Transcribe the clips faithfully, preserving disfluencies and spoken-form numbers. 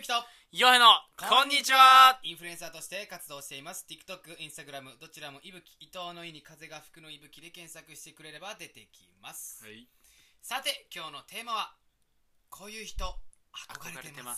きとよへのこんにちは。 インフルエンサーとして活動しています。 TikTok、Instagram どちらもいぶき、伊藤のいに風が吹くのいぶきで検索してくれれば出てきます、 はい、 さて今日のテーマはこういう人憧れてます。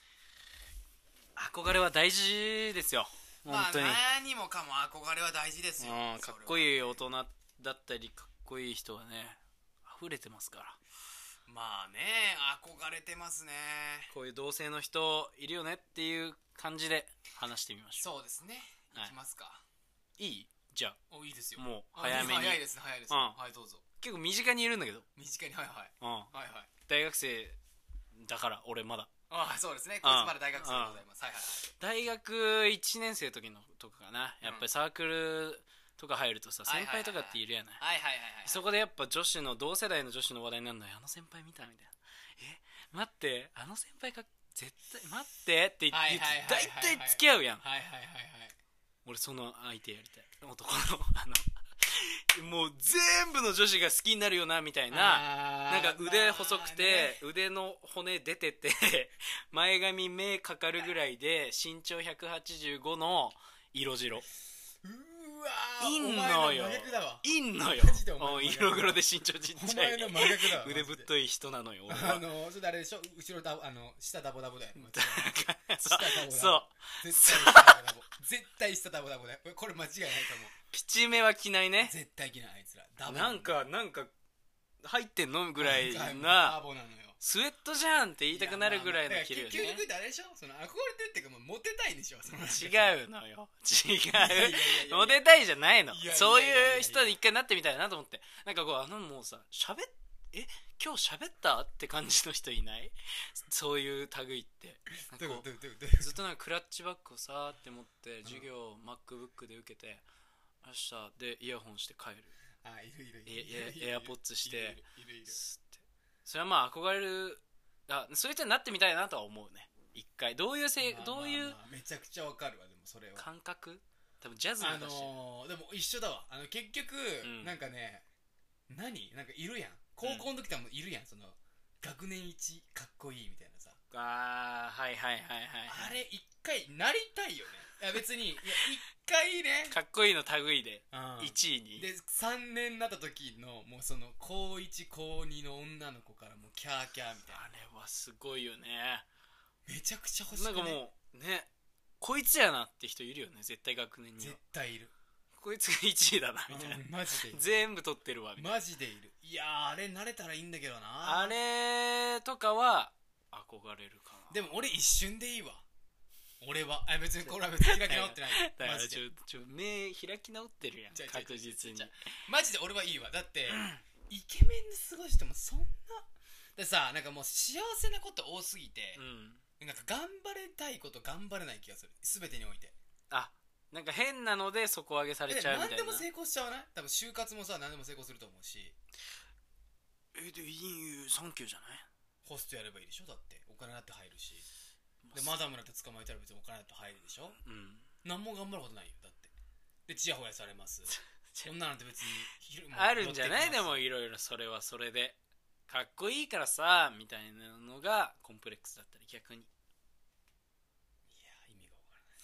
憧れは大事ですよ本当に、 まあ、何もかも憧れは大事ですよ、 うん、かっこいい大人だったりかっこいい人がね溢れてますから。 まあね、憧れてますね。 こういう同性の人いるよねっていう感じで話してみましょう。 そうですね、いきますか。 いい？じゃあおいいですよ。 もう早めに。 早いですね早いですね、うん、はいどうぞ。 結構身近にいるんだけど。 身近に、はいはい、 うん、 はいはい。 大学生だから俺まだ。 ああそうですね、こいつまだ大学生でございます、はいはいはい。 大学いちねん生の時のとかかな、やっぱりサークルとか入るとさ、先輩とかっているやない。 はいはいはいはい。 そこでやっぱ女子の同世代の女子の話題になるのよ。あの先輩見たみたいな。え待ってあの先輩か絶対待ってって言って大体付き合うやん。 はいはいはいはい。 俺その相手やりたい。男のあのもう全部の女子が好きになるよなみたいな。なんか腕細くて、まあね、腕の骨出てて前髪目かかるぐらいで身長ひゃくはちじゅうごの色白。いんのよいんのよ。色黒で身長ちっちゃい腕ぶっとい人なのよ。 あのそれあれでしょ、後ろだあの下ダボダボだよ。 そう絶対下ダボダボ絶対下ダボダボだよ。これ間違いないと思う。 吉目は着ないね。 絶対着ないあいつら。 なんかなんか入ってんのぐらいなスウェットじゃんって言いたくなるぐらいの着るよね。 結局ってあれでしょ、その憧れてるっていうかもうモテたいんでしょ。 違うのよ違うモテたいじゃないの。そういう人で一回なってみたいなと思って。なんかこうあのもうさしゃべえ今日喋ったって感じの人いない？そういう類ってずっとなんかクラッチバッグをさーって持って授業を MacBook で受けて明日でイヤホンして帰る。 あいるいるいる。 エアポッツしてそれはまあ憧れる。あそういう人になってみたいなとは思うね一回。どういうせい、まあまあまあ、どういうめちゃくちゃわかるわ。でもそれは感覚多分ジャズなんだし、 あのー、でも一緒だわ。あの結局、うん、なんかね何なんかいるやん高校の時多分いるやん、うん、その学年一かっこいいみたいなさ。 あーはいはいはいはい、 あれ一回なりたいよね。いや別にいや一回ねかっこいいの類でいちいに、 でさんねんになった時のもうその高いち高にの女の子からもうキャーキャーみたいな。 あれはすごいよね。 めちゃくちゃ欲しい、ね、 なんかもうねこいつやなって人いるよね絶対学年には。 絶対いる。 こいつがいちいだなみたいな、うん、 マジでいる。 全部取ってるわみたいな。 マジでいる。いやーあれ慣れたらいいんだけどな。 あれとかは憧れるかな。 でも俺一瞬でいいわ俺は。あ別にこれは別に開き直ってないだからちょちょ目開き直ってるやん確実に。 マジで俺はいいわ。だってイケメンで過ごしてもそんなでさなんかもう幸せなこと多すぎて、うん、なんか頑張れたいこと頑張れない気がする全てにおいて。あなんか変なので底上げされちゃうみたいな。 何でも成功しちゃわない？多分就活もさ何でも成功すると思うし。 えでいいサンキューじゃない？ ホストやればいいでしょ。だってお金だって入るしでマダムだって捕まえたら別にお金だって入るでしょ、うん、何も頑張ることないよだって。でチヤホヤされますそんなのって別にあるんじゃない？でもいろいろそれはそれでかっこいいからさみたいなのがコンプレックスだったり逆に。いや意味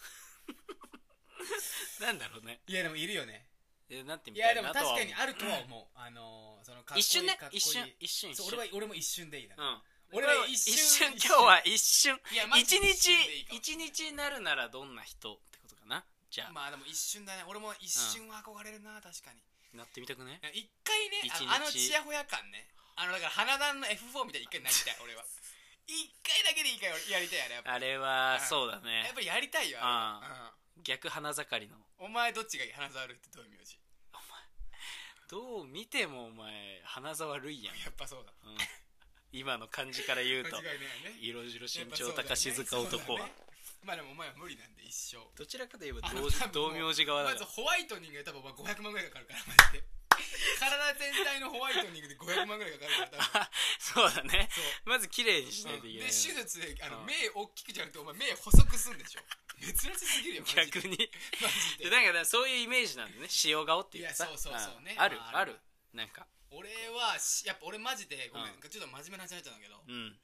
が分からないなんだろうね。いやでもいるよね。 えなってみたいなとは。 いやでも確かにあるとは思う、うん、あのー、そのかっこいい一瞬ねかっこいい一瞬一瞬そう俺は俺も一瞬でいいな、うん俺は一瞬今日は一瞬一日一日になるならどんな人ってことかな。じゃあまあでも一瞬だね。俺も一瞬は憧れるな、うん、確かになってみたくね。 一回ねあのチヤホヤ感ねあのだから花壇の エフフォー みたいに一回なりたい俺は一回だけでいいからやりたいあれやっぱあれはそうだねやっぱりやりたいよあれ、 うん、逆花盛りの。 お前どっちがいい？花沢類ってどういう名字？ お前どう見てもお前花沢類やん。 やっぱそうだ、うん今の感じから言うと、ね、色白身長高静か男は、ね、 まあでもお前は無理なんで一生。 どちらかといえば同名字側だから。 まずホワイトニングで多分ごひゃくまんぐらいかかるからマジで体全体のホワイトニングでごひゃくまんぐらいかかるからそうだね。まず綺麗にしないといけない、 うん、で手術であの目大きくじゃなくてお前目細くすんでしょ珍しすぎるよマジで。 逆にマジでなんかそういうイメージなんだね塩顔っていうかさ。 いやそうそうそうね、 あるあるなんか俺はやっぱ俺マジでごめん、うん、ちょっと真面目な話になっちゃうんだけど、うん、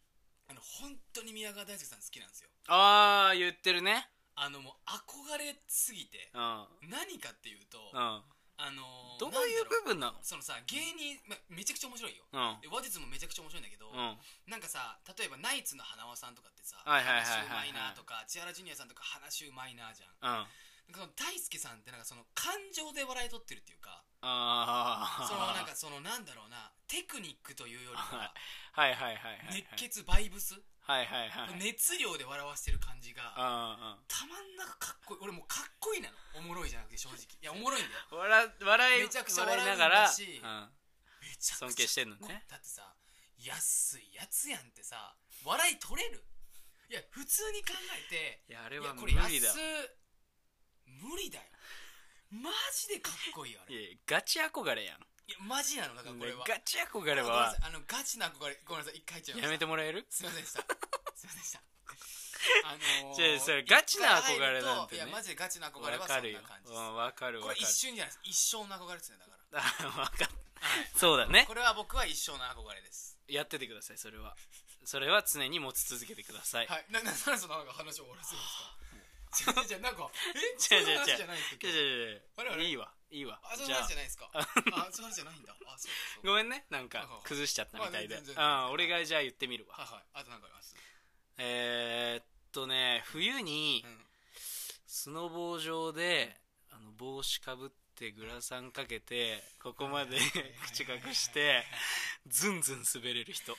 あの本当に宮川大輔さん好きなんですよ。 ああ言ってるね。 あのもう憧れすぎて、 うん、 何かっていうと、 うん、 あのー、 どういう部分なの？ そのさ芸人、ま、めちゃくちゃ面白いよ、 うん、 で話術もめちゃくちゃ面白いんだけど、 うん、 なんかさ例えばナイツの花輪さんとかってさ、 はいはいはい話うはいまいなとか、千原ジュニアさんとか話うまいなじゃん、 うん、 その大輔さんってなんかその感情で笑い取ってるっていうか、 あそのなんかそのなんだろうな、テクニックというよりははいはいはいはいはい熱血バイブス、 はいはいはい、 熱量で笑わせてる感じがあたまんなくかっこいい。俺もうかっこいいなの、おもろいじゃなくて正直、いやおもろいんだよ、 笑笑いめちゃくちゃ笑うんいながら、 だし、 うん、 めちゃくちゃ尊敬してんのね。 だってさ安いやつやんってさ笑い取れる？いや普通に考えて、 いやあれは無いやこれ理だ安無理だよ、マジでかっこいいよあれ。 いやガチ憧れやん。 いやマジなのだからこれはガチ憧れごめんなはさい、あのガチな憧れ、ごめんなさい一回言っちゃいました。 やめてもらえる？ すいませんでしたすいませんでしたあのー、 違うそれガチな憧れなんてね。 いやマジでガチな憧れはそんな感じです。 わかるよ、うん、わかるわかる。 これ一瞬じゃないです、一生の憧れですね。だからわかる、はい、そうだね。これは僕は一生の憧れです。 やっててください。それはそれは常に持ち続けてください。 はい。な、な、なんでそのなんか話を終わらせるんですか？じゃあなんかえそういう話じゃないんですか？いいわいいわ。 あ、そういう話じゃないですか？あ、そういう話じゃないんだ。あ、そうそう。 ごめんね、なんか崩しちゃったみたいで。 あ、 俺がじゃあ言ってみるわ。 はいはい。あとなんかあります？ えーっとね、冬にスノボー場であの帽子かぶってグラサンかけてここまで口隠してズンズン滑れる人。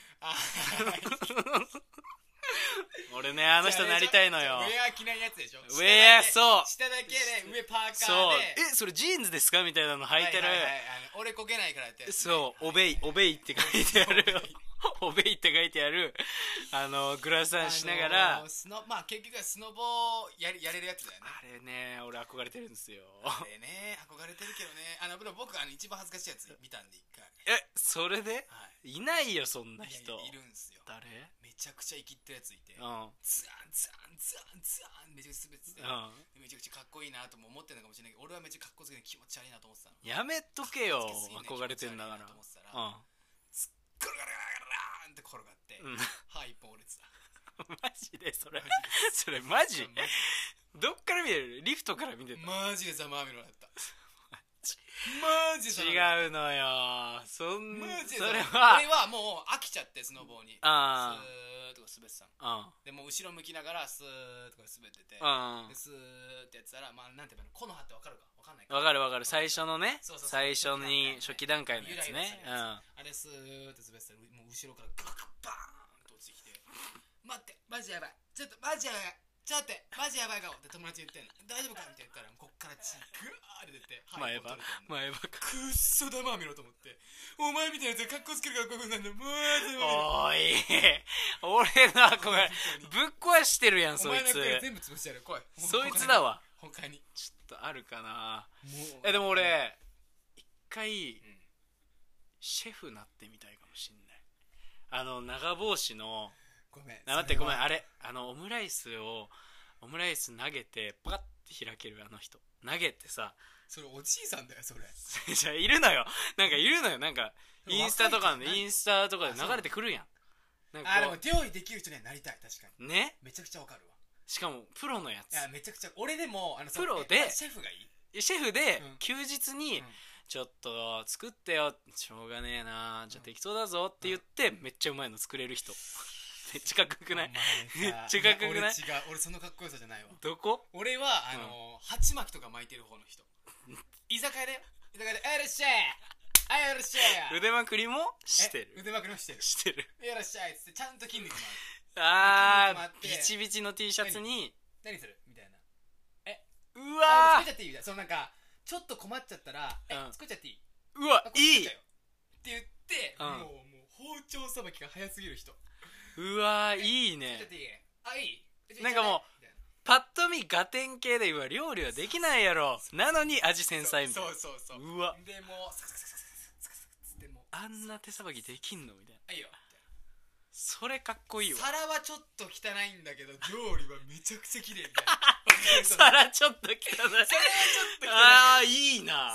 俺ね、あの人なりたいのよ。 ウェア着ないやつでしょ。 ウェア、そう下だけで上パーカーで。 そう、え、それジーンズですかみたいなの履いてる。 はいはいはい、俺こけないからってやつ、ね、 そう、オベイオベイって書いてあるオベイって書いてあるあのグラサンしながら、 あのー、スノまあ結局はスノボややれるやつだよね。 あれね、俺憧れてるんですよ。 あれね、憧れてるけどね。あの僕あの一番恥ずかしいやつ見たんで一回。 え、それで、はい、いないよそんな人。 いやいやいるんすよ。 誰？ めちゃくちゃ生きってるやついて、 うん、 ズアンズアンズアンズアンめちゃくちゃ滑ってて、うん、めちゃくちゃかっこいいなとも思ってるのかもしれないけど、俺はめっちゃかっこつけて気持ち悪いなと思ってたの。 やめとけよ、憧れてんだから。と思ってたら、うん、 すっゴロゴロゴロゴロンって転がって、うん、歯一本折れてた。 マジでそれそれマジどっから見てる？リフトから見てた？ マジでざまあみろだったマジで違うのよ。そんマジでそれは俺はもう飽きちゃってスノボーにあスーッとか滑ってたの。 でもう後ろ向きながらスーッとか滑ってて、でスーッってやってたら、まあなんていうの、木の葉ってわかるかわかんないか。 わかるわかる。最初のね、 そうそうそう、 最初に初期段階のやつね。 うん、あれスーッと滑ってたらもう後ろからガッバーンと落ちてきて、待ってマジやばい、ちょっとマジやばい、ちょっと待ってマジやばいかもって友達に言ってんの。大丈夫かって言ったらこっから血グワーって出て、 前歯前歯くっそだまあ見ろと思って、お前みたいなやつがカッコつけるからこういう風になるの。 おーい俺の憧れぶっ壊してるやんそいつ。 お前の全部潰してやる、来い。 そいつだわ。 他にちょっとあるかな。えでも俺一回、うん、シェフなってみたいかもしんない。あの長帽子のごめん待ってごめん、あれあのオムライスをオムライス投げてパカッて開けるあの人投げてさ、 それおじいさんだよそれじゃあいるのよ、なんかいるのよ、なんかインスタとかでインスタとかで流れてくるやん。 なんかあでも料理できる人にはなりたい。確かにね、 めちゃくちゃわかるわ。 しかもプロのやつ。 いやめちゃくちゃ俺でもあのプロでシェフがいい。 シェフで休日に、うん、ちょっと作ってよ、しょうがねえな、じゃあ適当だぞって言って、うん、めっちゃうまいの作れる人めっちゃかっこよくない？めっちゃかっこよくない？ 俺違う、俺そのかっこよさじゃないわ。 どこ？ 俺はあのー、鉢巻きとか巻いてる方の人居酒屋で居酒屋で「よろしゃいはいよろしゃい」 腕まくりもしてる。 腕まくりもしてるしてるよろしゃいっつってちゃんと筋肉もある。あービチビチの T シャツに何するみたいな、えうわー作っちゃっていいみたいな、そのなんかちょっと困っちゃったら「え、うん、作っちゃっていい？ うわいい!」って言って、うん、もうもう包丁さばきが早すぎる人。 うわーいいね。 あいいなんかもうパッと見ガテン系で、うわ料理はできないやろ、なのに味繊細みたいな。 そうそうそう、 うわでもサクサクサクサクサクサクつってもあんな手さばきできんのみたいな。 あいいよ、 それかっこいいわ。 皿はちょっと汚いんだけど料理はめちゃくちゃ綺麗みたいな皿ちょっと汚い、 皿はちょっと汚い、 ああいいな。 そう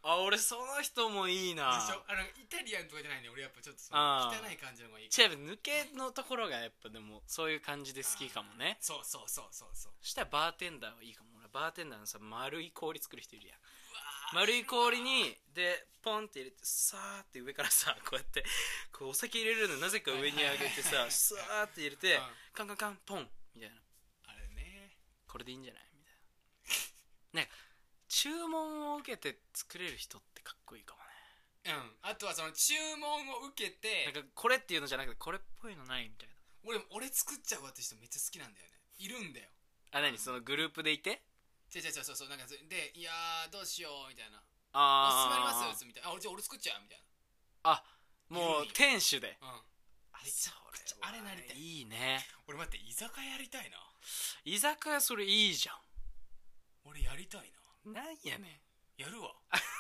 あ、俺その人もいいな。 でしょ。あのイタリアンとかじゃないね、俺やっぱちょっとその汚い感じの方がいいかチェブ抜けのところがやっぱでもそういう感じで好きかもね。 そうそうそうそうそう。 そしたらバーテンダーはいいかも。俺バーテンダーのさ丸い氷作る人いるやん。丸い氷にでポンって入れてさーって上からさこうやってこうお酒入れるのなぜか上に上げてささーって入れて、うん、カンカンカンポンみたいな。 あれね、 これでいいんじゃないみたいな。なんか注文を受けて作れる人ってかっこいいかもね。うん。あとはその注文を受けてなんかこれっていうのじゃなくてこれっぽいのないみたいな。 俺俺作っちゃうわって人めっちゃ好きなんだよね。いるんだよ。 あ、何そのグループでいて違う違うそうそうなんかで、いやーどうしようみたいな、 あおすすめありますみたいな、あ、じゃあ俺作っちゃうみたいな。あ、もう店主で。 うん。めちゃくちゃあれなりたい。 いいね。 俺待って居酒屋やりたいな。 居酒屋それいいじゃん。 俺やりたいな。なんやねん。やるわ。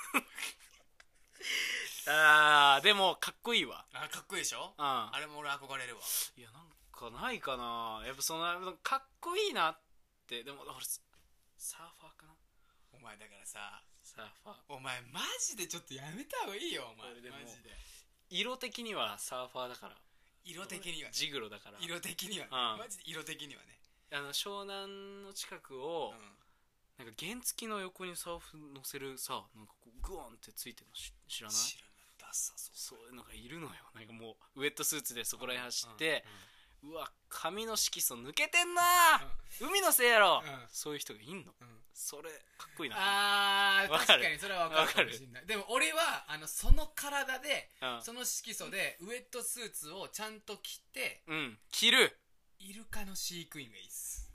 あーでもかっこいいわ。 あ、かっこいいでしょ。 うん。あれも俺憧れるわ。 いやなんかないかな。やっぱそのかっこいいなって。でも俺サーファーかな。 お前だからさ、 サーファーお前マジでちょっとやめた方がいいよお前。 でもマジで色的にはサーファーだから。 色的には、ね、 ジグロだから色的には、ね、 うん、 マジで色的にはね。 あの湘南の近くを、うん、なんか原付の横にサーフ乗せるさ、なんかこうグワンってついてるの知らない？ 知らない。ダサそう。 そういうのがいるのよ。なんかもうウェットスーツでそこら辺走って、うんうん、うわ髪の色素抜けてんなー、うん、海のせいやろ、うん、そういう人がいんの、うん、それかっこいいな。 あー確かにそれは分かるかもしれない。でも俺はあのその体で、うん、その色素でウェットスーツをちゃんと着て、 うん、着るイルカの飼育員がいいっす。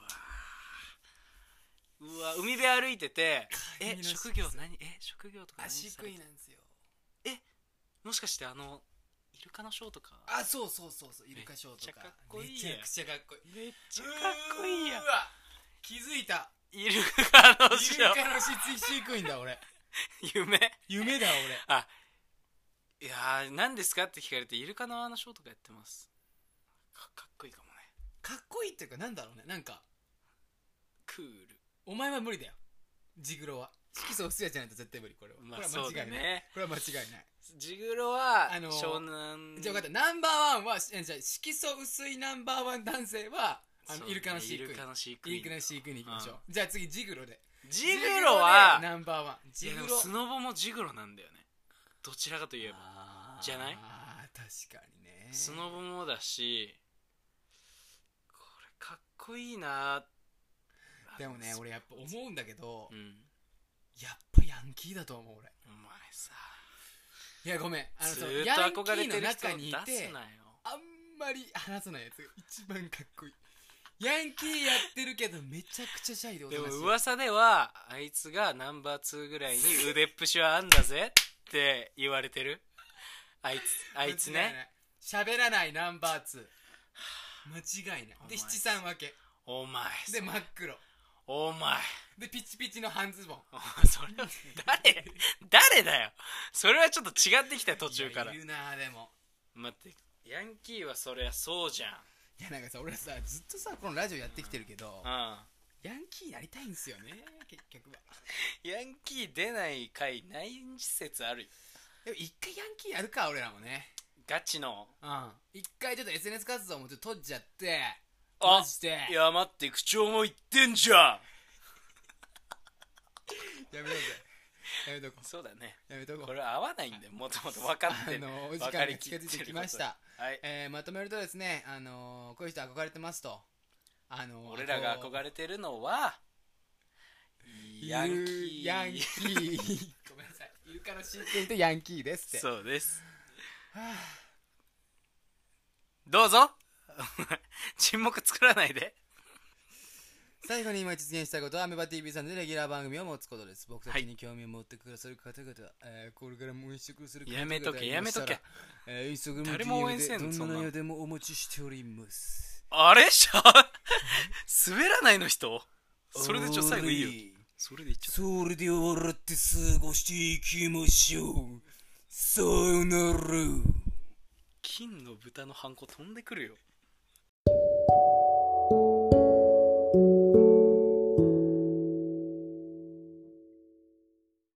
うわうわ海辺歩いてて、え職業何、え職業とか何飼育員なんですよ。 えもしかしてあのイルカのショーとか。 あ、そうそうそうそう、イルカショーとか。 めっちゃかっこいい。 めちゃくちゃかっこいい。 めっちゃかっこいいや。 うわ気づいた。 イルカのショー。 イルカの飼育員だ俺。 夢夢だ俺。 あ、いやー何ですかって聞かれてイルカのあのショーとかやってます。か, かっこいいかもね。 かっこいいっていうかなんだろうね、なんかクール。 お前は無理だよジグロは。色素薄いやつじゃないと絶対無理。これは、まあ、これは間違いない、ね、これは間違いない。 ジグロはあのー、湘南じゃあ分かった。ナンバーワンはじゃあ色素薄いナンバーワン男性はあの、ね、イルカの飼育員。イルカの飼育員。イルカの飼育員に行きましょう、うん、じゃあ次ジグロで。 ジグロはナンバーワン。 ジグロスノボもジグロなんだよね、どちらかといえば。じゃない？ あー確かにね。 スノボもだし、これかっこいいな。 でもね俺やっぱ思うんだけど、うん、やっぱヤンキーだと思う俺。 お前さ、 いやごめん、あのずーっと憧れてる人ヤンキーの中にいてあんまり話さないやつが一番かっこいい。ヤンキーやってるけどめちゃくちゃシャイでおとなしい。 でも噂ではあいつがナンバーツーぐらいに腕っぷしはあんだぜって言われてる。あいつあいつね、 喋らないナンバーツー間違いないで七三分け。 お前で真っ黒。 お前でピチピチの半ズボン。 それは誰誰だよ。それはちょっと違ってきたよ途中から。 いるな。でも待って、ヤンキーはそりゃそうじゃん。 いやなんかさ俺さずっとさこのラジオやってきてるけど、うん、ヤンキーやりたいんですよね結局は。 ヤンキー出ない回ない説あるよ。 でも一回ヤンキーやるか俺らもね。ガチの。 うん一回ちょっと エスエヌエス 活動もちょっと閉じちゃって。 マジで。いや待って口調も言ってんじゃん。 やめようぜ。やめとこう。 そうだね。 やめとこう。 これは合わないんでもともと分かってる。 あのお時間が近づいてきました。はい、えー、まとめるとですね、あのー、こういう人憧れてますと。あのー、 俺らが憧れてるのはヤンキー。 ヤンキー。ごめんなさい。イルカの飼育員とヤンキーですって。 そうです。はあ、どうぞ。沈黙作らないで。 最後に今実現したいことはアメバ ティーブイ さんでレギュラー番組を持つことです。僕たちに興味を持ってくださる方々、はい、えー、これからも応援してくださる方々、 やめとけやめとけ、 えー、インスタグラム ディーエム でどんな内容でもお待ちしております。 あれしゃ滑らないの人。それでちょ最後いいよ。それでいっちゃう。 それで笑って過ごしていきましょう。さよなら。 金の豚のハンコ飛んでくるよ。